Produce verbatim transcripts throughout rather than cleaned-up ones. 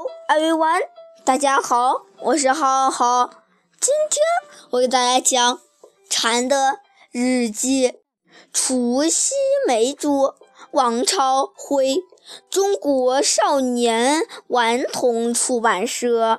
everyone， 大家好，我是浩浩。今天我给大家讲蝉的日记。除夕梅竹，王朝辉，中国少年顽童出版社。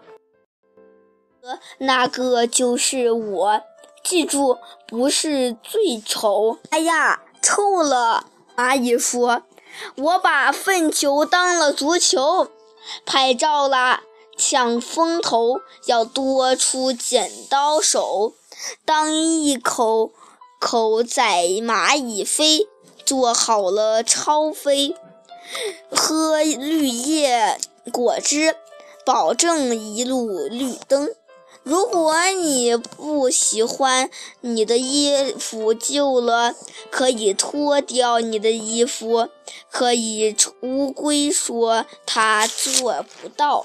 那个就是我，记住，不是最丑。哎呀，臭了！蚂蚁说，我把粪球当了足球。拍照啦，抢风头要多出剪刀手，当一口口宰蚂蚁飞，做好了超飞，喝绿叶果汁，保证一路绿灯。如果你不喜欢你的衣服旧了，可以脱掉你的衣服，可以乌龟说他做不到，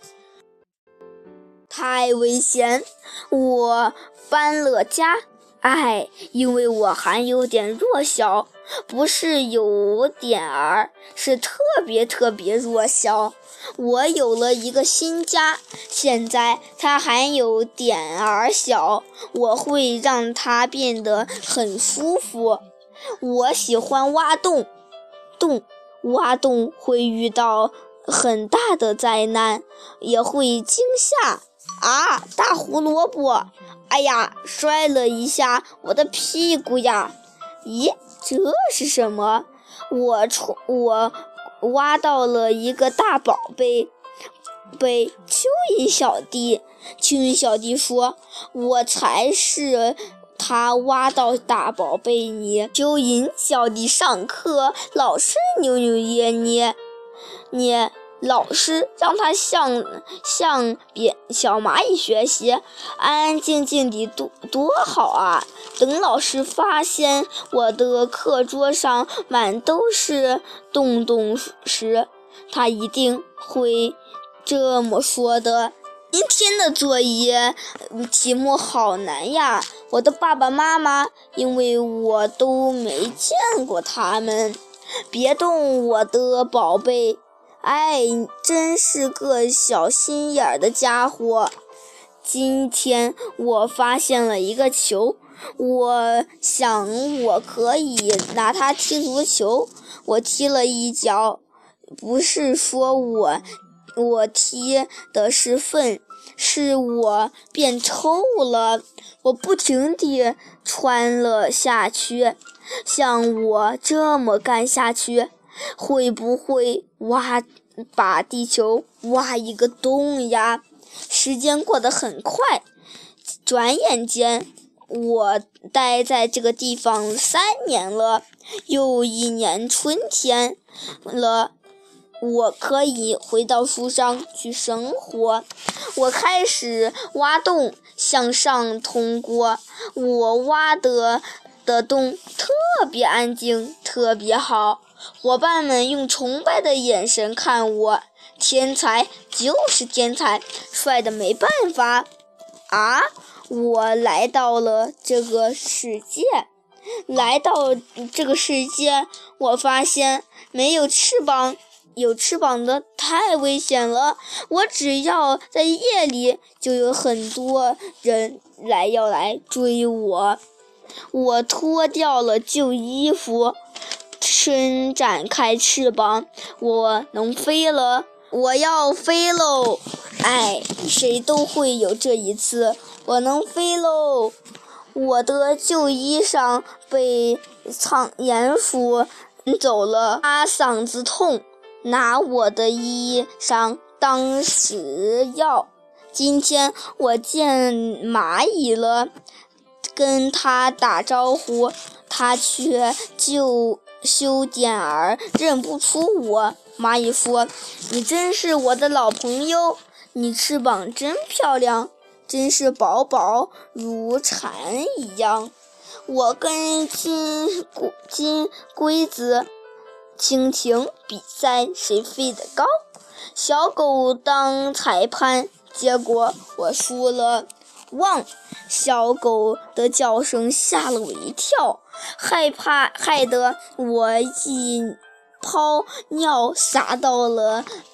太危险。我搬了家，哎，因为我还有点弱小，不是有点儿，是特别特别弱小。我有了一个新家，现在它还有点儿小，我会让它变得很舒服。我喜欢挖洞，洞挖洞会遇到很大的灾难，也会惊吓。啊，大胡萝卜！哎呀，摔了一下我的屁股呀！咦，这是什么？我我挖到了一个大宝贝，被蚯蚓小弟。蚯蚓小弟说：“我才是他挖到大宝贝呢。”蚯蚓小弟上课老是扭扭捏捏，捏。老师让他向向别小蚂蚁学习，安安静静的多多好啊！等老师发现我的课桌上满都是洞洞时，他一定会这么说的。今天的作业题目好难呀！我的爸爸妈妈，因为我都没见过他们。别动我的宝贝！哎，真是个小心眼儿的家伙。今天我发现了一个球，我想我可以拿它踢足球。我踢了一脚，不是说我我踢的是粪，是我变臭了。我不停地穿了下去，像我这么干下去，会不会挖把地球挖一个洞呀？时间过得很快，转眼间我待在这个地方三年了，又一年春天了，我可以回到树上去生活。我开始挖洞，向上通过。我挖的的洞特别安静，特别好。伙伴们用崇拜的眼神看我，天才就是天才，帅得没办法。啊，我来到了这个世界，来到这个世界，我发现没有翅膀，有翅膀的太危险了。我只要在夜里，就有很多人来要来追我。我脱掉了旧衣服，伸展开翅膀，我能飞了，我要飞喽！哎，谁都会有这一次，我能飞喽！我的旧衣裳被苍鼹鼠走了，他嗓子痛，拿我的衣裳当食药。今天我见蚂蚁了，跟他打招呼，他却就羞点儿认不出我。蚂蚁说：“你真是我的老朋友，你翅膀真漂亮，真是饱饱如蝉一样。”我跟金金龟子蜻蜓比赛谁飞得高，小狗当裁判，结果我输了。汪！小狗的叫声吓了我一跳，害怕害得我一泡尿洒到了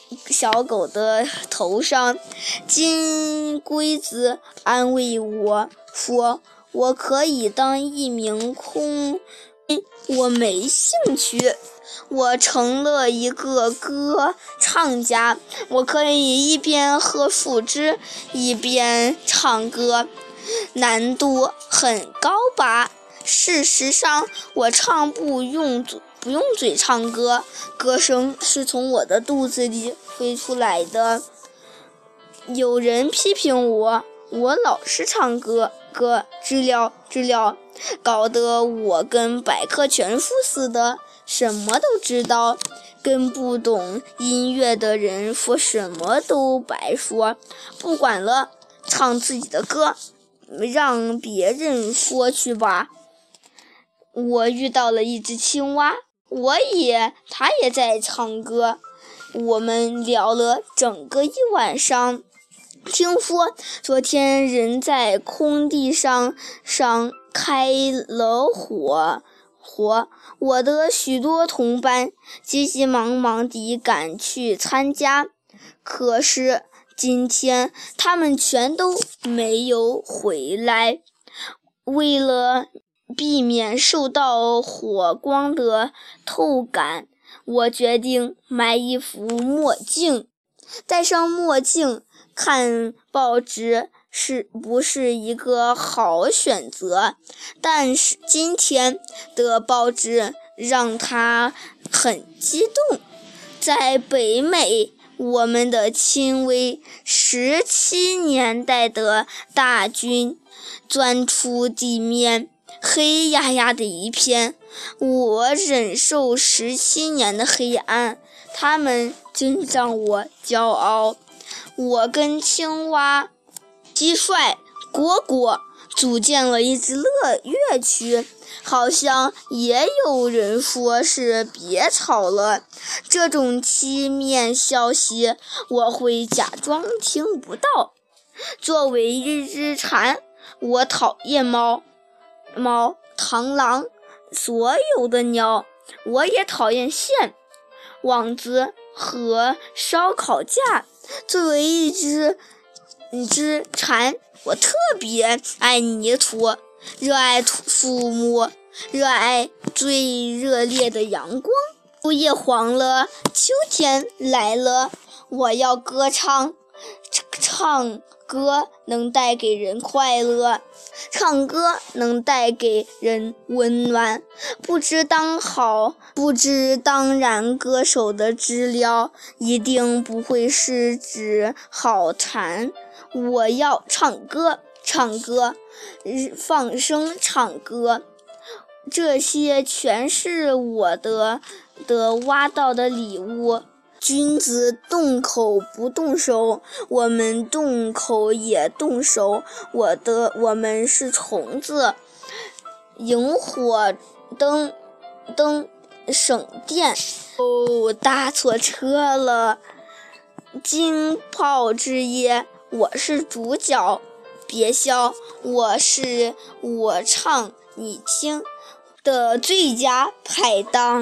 小狗的头上。金龟子安慰我说，我可以当一名空，我没兴趣。我成了一个歌唱家，我可以一边喝腐汁一边唱歌，难度很高吧？事实上，我唱不用嘴不用嘴唱歌，歌声是从我的肚子里飞出来的。有人批评我，我老是唱歌歌知了知了，搞得我跟百科全书似的，什么都知道，跟不懂音乐的人说什么都白说。不管了，唱自己的歌，让别人说去吧。我遇到了一只青蛙，我也它也在唱歌，我们聊了整个一晚上。听说昨天人在空地上上开了火火，我的许多同伴急急忙忙地赶去参加，可是今天他们全都没有回来。为了避免受到火光的透感，我决定买一副墨镜。戴上墨镜看报纸是不是一个好选择？但是今天的报纸让他很激动。在北美，我们的亲卫十七年代的大军钻出地面，黑压压的一片，我忍受十七年的黑暗，他们真让我骄傲。我跟青蛙、蟋蟀、蝈蝈组建了一支乐乐曲，好像也有人说是别吵了。这种欺面消息我会假装听不到。作为一只蝉，我讨厌猫、猫、螳螂，所有的鸟。我也讨厌线、网子和烧烤架。作为一只一只蝉，我特别爱泥土，热爱土树木，热爱最热烈的阳光。树叶黄了，秋天来了，我要歌唱。唱歌能带给人快乐，唱歌能带给人温暖。不知当好，不知当然歌手的知了一定不会是只好蝉。我要唱歌，唱歌，放声唱歌。这些全是我的的挖到的礼物。君子动口不动手，我们动口也动手。我的我们是虫子，萤火灯灯省电。哦，搭错车了。惊炮之夜，我是主角，别笑，我是我唱你听的最佳拍档。